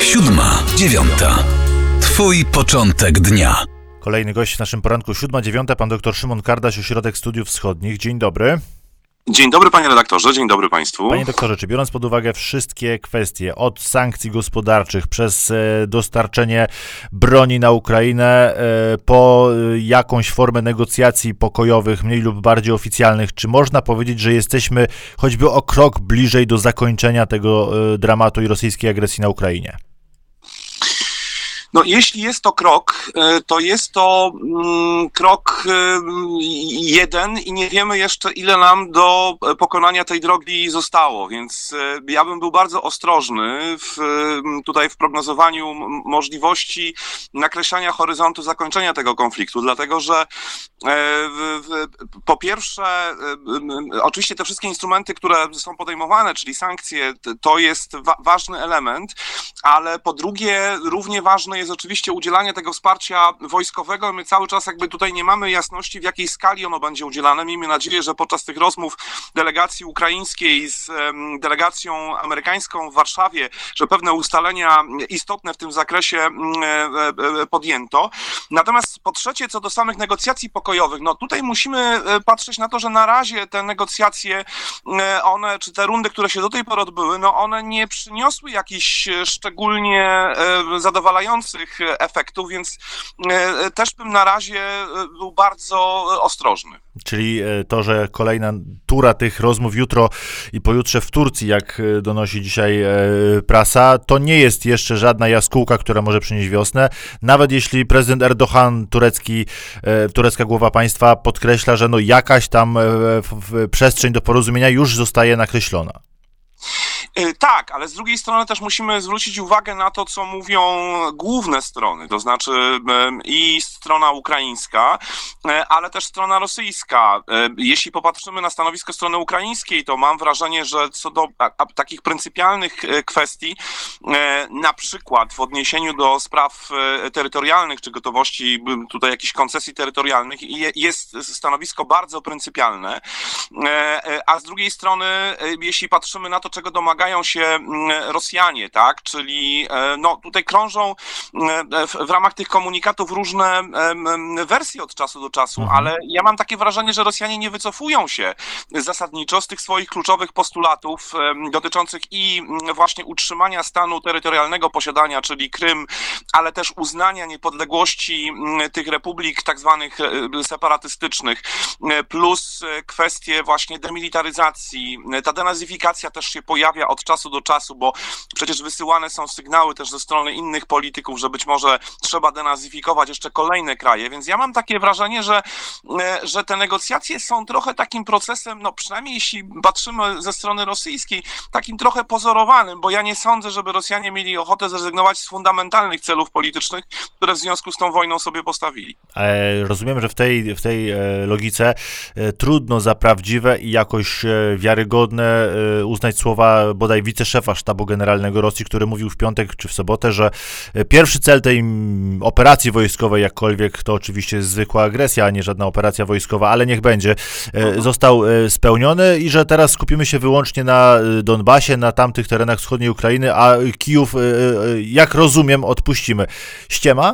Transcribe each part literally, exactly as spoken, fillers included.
Siódma, dziewiąta. Twój początek dnia. Kolejny gość w naszym poranku siódma dziewiąta, pan doktor Szymon Kardaś, Ośrodek Studiów Wschodnich. Dzień dobry. Dzień dobry, panie redaktorze, dzień dobry państwu. Panie doktorze, czy biorąc pod uwagę wszystkie kwestie, od sankcji gospodarczych, przez dostarczenie broni na Ukrainę, po jakąś formę negocjacji pokojowych, mniej lub bardziej oficjalnych, czy można powiedzieć, że jesteśmy choćby o krok bliżej do zakończenia tego dramatu i rosyjskiej agresji na Ukrainie? No, jeśli jest to krok, to jest to krok jeden i nie wiemy jeszcze, ile nam do pokonania tej drogi zostało, więc ja bym był bardzo ostrożny w, tutaj w prognozowaniu możliwości nakreślania horyzontu zakończenia tego konfliktu, dlatego że po pierwsze, oczywiście te wszystkie instrumenty, które są podejmowane, czyli sankcje, to jest wa- ważny element, ale po drugie równie ważne jest oczywiście udzielanie tego wsparcia wojskowego. My cały czas jakby tutaj nie mamy jasności, w jakiej skali ono będzie udzielane. Miejmy nadzieję, że podczas tych rozmów delegacji ukraińskiej z delegacją amerykańską w Warszawie, że pewne ustalenia istotne w tym zakresie podjęto. Natomiast po trzecie, co do samych negocjacji pokojowych, no tutaj musimy patrzeć na to, że na razie te negocjacje, one, czy te rundy, które się do tej pory odbyły, no one nie przyniosły jakichś szczególnie zadowalających efektów, więc też bym na razie był bardzo ostrożny. Czyli to, że kolejna tura tych rozmów jutro i pojutrze w Turcji, jak donosi dzisiaj prasa, to nie jest jeszcze żadna jaskółka, która może przynieść wiosnę. Nawet jeśli prezydent Erdoğan, turecki, turecka głowa państwa, podkreśla, że no jakaś tam przestrzeń do porozumienia już zostaje nakreślona. Tak, ale z drugiej strony też musimy zwrócić uwagę na to, co mówią główne strony, to znaczy i strona ukraińska, ale też strona rosyjska. Jeśli popatrzymy na stanowisko strony ukraińskiej, to mam wrażenie, że co do takich pryncypialnych kwestii, na przykład w odniesieniu do spraw terytorialnych, czy gotowości tutaj jakichś koncesji terytorialnych, jest stanowisko bardzo pryncypialne, a z drugiej strony, jeśli patrzymy na to, czego domagają się Rosjanie, tak, czyli no tutaj krążą w, w ramach tych komunikatów różne wersje od czasu do czasu, mhm. ale ja mam takie wrażenie, że Rosjanie nie wycofują się zasadniczo z tych swoich kluczowych postulatów dotyczących i właśnie utrzymania stanu terytorialnego posiadania, czyli Krym, ale też uznania niepodległości tych republik tak zwanych separatystycznych, plus kwestie właśnie demilitaryzacji. Ta denazyfikacja też się pojawia od czasu do czasu, bo przecież wysyłane są sygnały też ze strony innych polityków, że być może trzeba denazyfikować jeszcze kolejne kraje, więc ja mam takie wrażenie, że, że te negocjacje są trochę takim procesem, no przynajmniej jeśli patrzymy ze strony rosyjskiej, takim trochę pozorowanym, bo ja nie sądzę, żeby Rosjanie mieli ochotę zrezygnować z fundamentalnych celów politycznych, które w związku z tą wojną sobie postawili. Rozumiem, że w tej, w tej logice trudno za prawdziwe i jakoś wiarygodne uznać słowa bodaj wiceszefa sztabu generalnego Rosji, który mówił w piątek czy w sobotę, że pierwszy cel tej operacji wojskowej, jakkolwiek to oczywiście jest zwykła agresja, a nie żadna operacja wojskowa, ale niech będzie, mhm. został spełniony i że teraz skupimy się wyłącznie na Donbasie, na tamtych terenach wschodniej Ukrainy, a Kijów, jak rozumiem, odpuścimy. Ściema?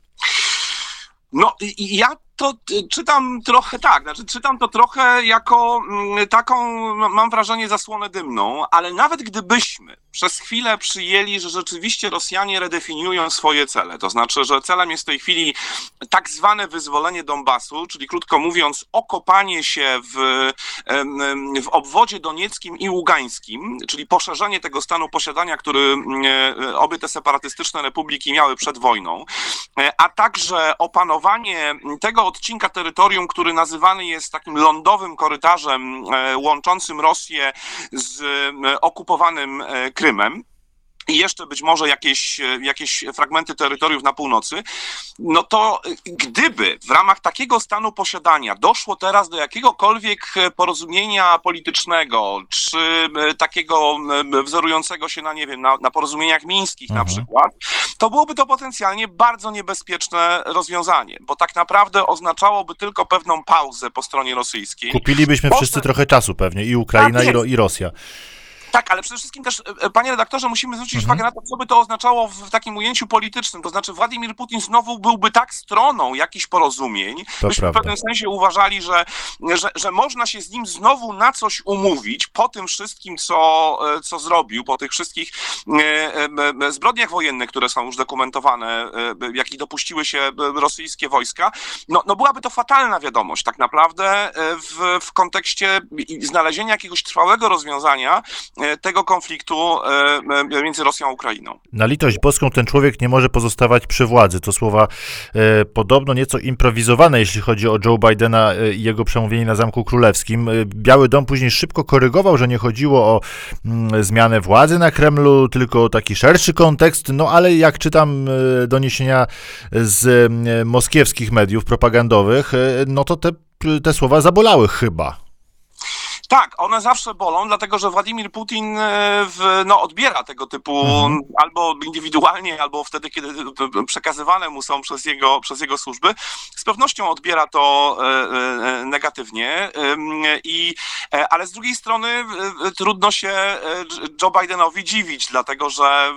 No i ja to czytam trochę tak, znaczy czytam to trochę jako taką, mam wrażenie, zasłonę dymną, ale nawet gdybyśmy przez chwilę przyjęli, że rzeczywiście Rosjanie redefiniują swoje cele, to znaczy, że celem jest w tej chwili tak zwane wyzwolenie Donbasu, czyli krótko mówiąc okopanie się w, w obwodzie donieckim i ługańskim, czyli poszerzenie tego stanu posiadania, który obie te separatystyczne republiki miały przed wojną, a także opanowanie tego odcinka terytorium, który nazywany jest takim lądowym korytarzem łączącym Rosję z okupowanym Krymem. I jeszcze być może jakieś, jakieś fragmenty terytoriów na północy, no to gdyby w ramach takiego stanu posiadania doszło teraz do jakiegokolwiek porozumienia politycznego, czy takiego wzorującego się na, nie wiem, na, na porozumieniach mińskich mhm. na przykład, to byłoby to potencjalnie bardzo niebezpieczne rozwiązanie, bo tak naprawdę oznaczałoby tylko pewną pauzę po stronie rosyjskiej. Kupilibyśmy Potem... wszyscy trochę czasu pewnie, i Ukraina, tak i, Ro- i Rosja. Tak, ale przede wszystkim też, panie redaktorze, musimy zwrócić mhm. uwagę na to, co by to oznaczało w takim ujęciu politycznym. To znaczy Władimir Putin znowu byłby tak stroną jakichś porozumień, to byśmy prawda. w pewnym sensie uważali, że, że, że można się z nim znowu na coś umówić po tym wszystkim, co, co zrobił, po tych wszystkich zbrodniach wojennych, które są już dokumentowane, jakich dopuściły się rosyjskie wojska. No, no byłaby to fatalna wiadomość tak naprawdę w, w kontekście znalezienia jakiegoś trwałego rozwiązania tego konfliktu między Rosją a Ukrainą. Na litość boską ten człowiek nie może pozostawać przy władzy. To słowa e, podobno nieco improwizowane, jeśli chodzi o Joe Bidena i jego przemówienie na Zamku Królewskim. Biały Dom później szybko korygował, że nie chodziło o mm, zmianę władzy na Kremlu, tylko o taki szerszy kontekst, no ale jak czytam e, doniesienia z e, moskiewskich mediów propagandowych, e, no to te, te słowa zabolały chyba. Tak, one zawsze bolą, dlatego że Władimir Putin w, no, odbiera tego typu mhm. albo indywidualnie, albo wtedy, kiedy przekazywane mu są przez jego, przez jego służby. Z pewnością odbiera to e, negatywnie, i, ale z drugiej strony trudno się Joe Bidenowi dziwić, dlatego że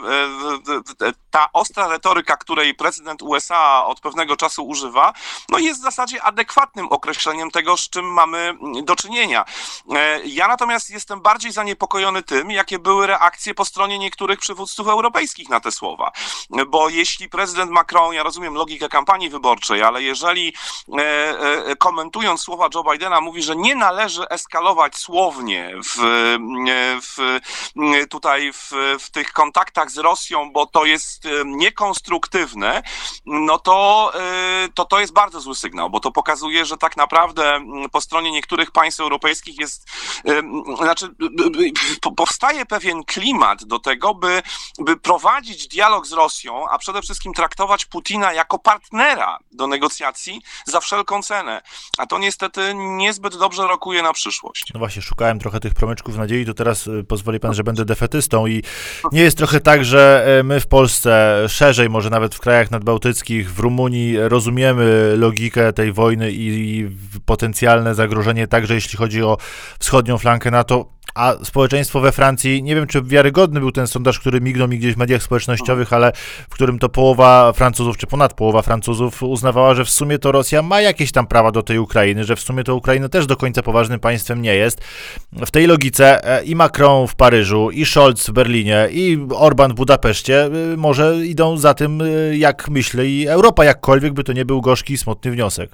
ta ostra retoryka, której prezydent U S A od pewnego czasu używa, no jest w zasadzie adekwatnym określeniem tego, z czym mamy do czynienia. Ja natomiast jestem bardziej zaniepokojony tym, jakie były reakcje po stronie niektórych przywódców europejskich na te słowa. Bo jeśli prezydent Macron, ja rozumiem logikę kampanii wyborczej, ale jeżeli komentując słowa Joe Bidena mówi, że nie należy eskalować słownie w, w, tutaj w, w tych kontaktach z Rosją, bo to jest niekonstruktywne, no to, to to jest bardzo zły sygnał, bo to pokazuje, że tak naprawdę po stronie niektórych państw europejskich jest Znaczy, powstaje pewien klimat do tego, by, by prowadzić dialog z Rosją, a przede wszystkim traktować Putina jako partnera do negocjacji za wszelką cenę. A to niestety niezbyt dobrze rokuje na przyszłość. No właśnie, szukałem trochę tych promyczków nadziei, to teraz pozwoli pan, że będę defetystą i nie jest trochę tak, że my w Polsce, szerzej może nawet w krajach nadbałtyckich, w Rumunii rozumiemy logikę tej wojny i, i potencjalne zagrożenie także jeśli chodzi o wschodnią flankę NATO, a społeczeństwo we Francji, nie wiem czy wiarygodny był ten sondaż, który mignął mi gdzieś w mediach społecznościowych, ale w którym to połowa Francuzów, czy ponad połowa Francuzów uznawała, że w sumie to Rosja ma jakieś tam prawa do tej Ukrainy, że w sumie to Ukraina też do końca poważnym państwem nie jest. W tej logice i Macron w Paryżu, i Scholz w Berlinie, i Orban w Budapeszcie może idą za tym, jak myśli Europa, jakkolwiek by to nie był gorzki i smutny wniosek.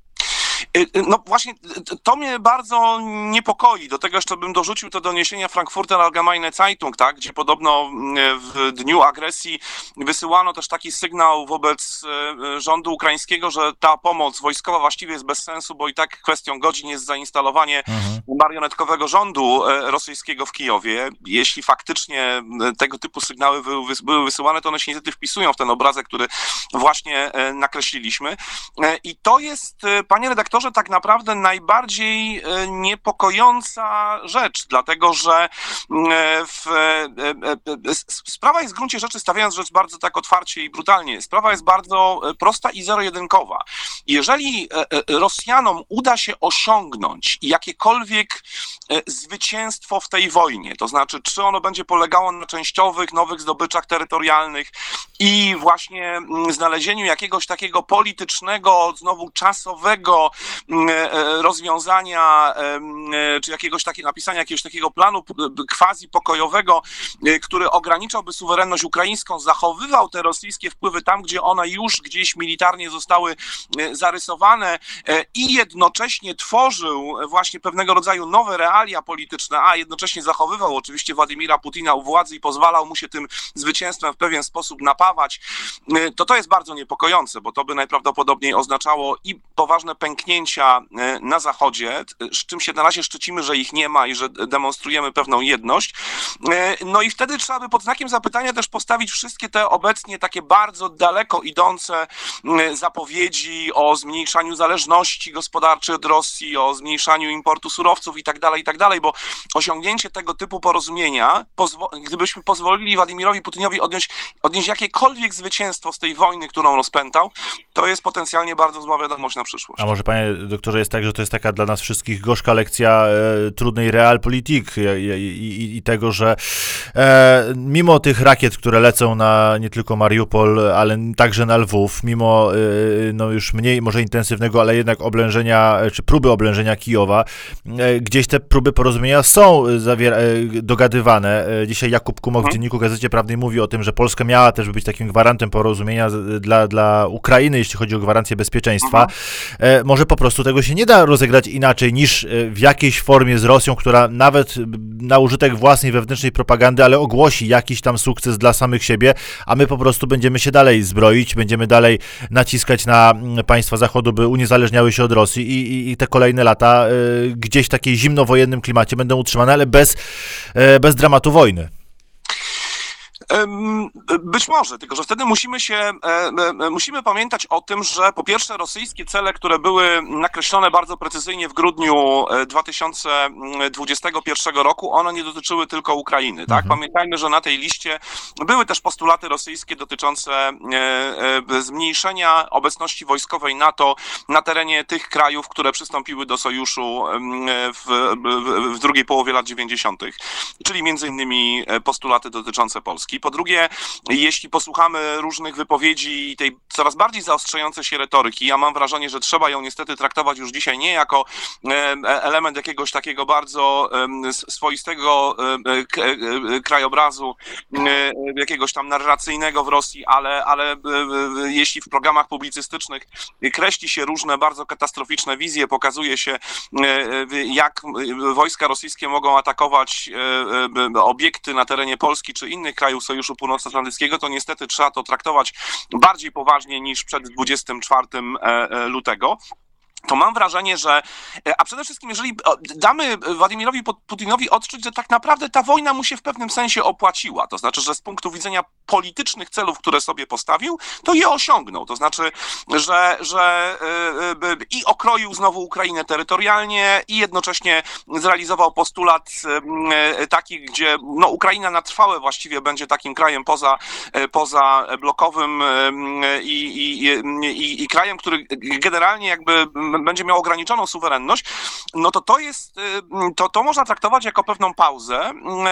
No właśnie, to mnie bardzo niepokoi. Do tego jeszcze bym dorzucił te doniesienia Frankfurter Allgemeine Zeitung, tak, gdzie podobno w dniu agresji wysyłano też taki sygnał wobec rządu ukraińskiego, że ta pomoc wojskowa właściwie jest bez sensu, bo i tak kwestią godzin jest zainstalowanie mhm. marionetkowego rządu rosyjskiego w Kijowie. Jeśli faktycznie tego typu sygnały były wysyłane, to one się niestety wpisują w ten obrazek, który właśnie nakreśliliśmy. I to jest, panie redaktorze, tak naprawdę najbardziej niepokojąca rzecz, dlatego że w, sprawa jest w gruncie rzeczy, stawiając rzecz bardzo tak otwarcie i brutalnie, sprawa jest bardzo prosta i zero-jedynkowa. Jeżeli Rosjanom uda się osiągnąć jakiekolwiek zwycięstwo w tej wojnie, to znaczy czy ono będzie polegało na częściowych, nowych zdobyczach terytorialnych i właśnie znalezieniu jakiegoś takiego politycznego, znowu czasowego rozwiązania, czy jakiegoś takiego, napisania jakiegoś takiego planu quasi pokojowego, który ograniczałby suwerenność ukraińską, zachowywał te rosyjskie wpływy tam, gdzie one już gdzieś militarnie zostały zarysowane i jednocześnie tworzył właśnie pewnego rodzaju nowe realia polityczne, a jednocześnie zachowywał oczywiście Władimira Putina u władzy i pozwalał mu się tym zwycięstwem w pewien sposób napawać, to to jest bardzo niepokojące, bo to by najprawdopodobniej oznaczało i poważne pęknięcia na Zachodzie, z czym się na razie szczycimy, że ich nie ma i że demonstrujemy pewną jedność. No i wtedy trzeba by pod znakiem zapytania też postawić wszystkie te obecnie takie bardzo daleko idące zapowiedzi o zmniejszaniu zależności gospodarczej od Rosji, o zmniejszaniu importu surowców i tak dalej, i tak dalej, bo osiągnięcie tego typu porozumienia, pozwo- gdybyśmy pozwolili Władimirowi Putinowi odnieść, odnieść jakiekolwiek zwycięstwo z tej wojny, którą rozpętał, to jest potencjalnie bardzo zła wiadomość na przyszłość. A może panie doktorze, jest tak, że to jest taka dla nas wszystkich gorzka lekcja e, trudnej realpolitik i, i, i tego, że e, mimo tych rakiet, które lecą na nie tylko Mariupol, ale także na Lwów, mimo e, no już mniej może intensywnego, ale jednak oblężenia, czy próby oblężenia Kijowa, e, gdzieś te próby porozumienia są zawiera- e, dogadywane. E, dzisiaj Jakub Kumow w Dzienniku Gazecie Prawnej mówi o tym, że Polska miała też być takim gwarantem porozumienia dla, dla Ukrainy, jeśli chodzi o gwarancję bezpieczeństwa. E, może po prostu tego się nie da rozegrać inaczej niż w jakiejś formie z Rosją, która nawet na użytek własnej wewnętrznej propagandy, ale ogłosi jakiś tam sukces dla samych siebie, a my po prostu będziemy się dalej zbroić, będziemy dalej naciskać na państwa Zachodu, by uniezależniały się od Rosji i, i, i te kolejne lata e, gdzieś w takiej zimnowojennym klimacie będą utrzymane, ale bez, e, bez dramatu wojny. Być może, tylko że wtedy musimy się, musimy pamiętać o tym, że po pierwsze rosyjskie cele, które były nakreślone bardzo precyzyjnie w grudniu dwa tysiące dwudziestego pierwszego roku, one nie dotyczyły tylko Ukrainy, tak? Mhm. Pamiętajmy, że na tej liście były też postulaty rosyjskie dotyczące zmniejszenia obecności wojskowej NATO na terenie tych krajów, które przystąpiły do sojuszu w, w, w drugiej połowie lat dziewięćdziesiątych, czyli między innymi postulaty dotyczące Polski. Po drugie, jeśli posłuchamy różnych wypowiedzi i tej coraz bardziej zaostrzającej się retoryki, ja mam wrażenie, że trzeba ją niestety traktować już dzisiaj nie jako element jakiegoś takiego bardzo swoistego krajobrazu, jakiegoś tam narracyjnego w Rosji, ale, ale jeśli w programach publicystycznych kreśli się różne bardzo katastroficzne wizje, pokazuje się, jak wojska rosyjskie mogą atakować obiekty na terenie Polski czy innych krajów Sojuszu Północnoatlantyckiego, to niestety trzeba to traktować bardziej poważnie niż przed dwudziestego czwartego lutego. To mam wrażenie, że, a przede wszystkim jeżeli damy Władimirowi Putinowi odczuć, że tak naprawdę ta wojna mu się w pewnym sensie opłaciła, to znaczy, że z punktu widzenia politycznych celów, które sobie postawił, to je osiągnął, to znaczy, że, że i okroił znowu Ukrainę terytorialnie i jednocześnie zrealizował postulat taki, gdzie no, Ukraina na trwałe właściwie będzie takim krajem poza, poza blokowym i, i, i, i krajem, który generalnie jakby będzie miał ograniczoną suwerenność, no to to jest, to, to można traktować jako pewną pauzę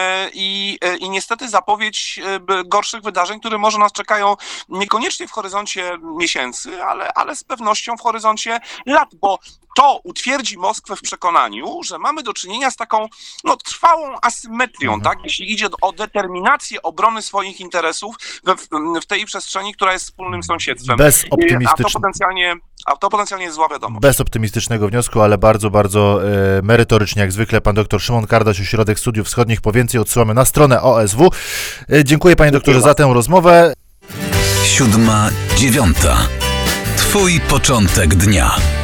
i, i niestety zapowiedź gorszych wydarzeń, które może nas czekają niekoniecznie w horyzoncie miesięcy, ale, ale z pewnością w horyzoncie lat, bo to utwierdzi Moskwę w przekonaniu, że mamy do czynienia z taką no, trwałą asymetrią, mhm. tak? Jeśli idzie o determinację obrony swoich interesów w, w tej przestrzeni, która jest wspólnym sąsiedztwem. Bez optymistycznego. A to potencjalnie, a to potencjalnie jest zła wiadomość. Bez optymistycznego wniosku, ale bardzo, bardzo e, merytorycznie, jak zwykle, pan doktor Szymon Kardaś, Ośrodek Studiów Wschodnich. Po więcej odsyłamy na stronę O S W. E, dziękuję panie doktorze dziękuję za tę rozmowę. Siódma, dziewiąta. Twój początek dnia.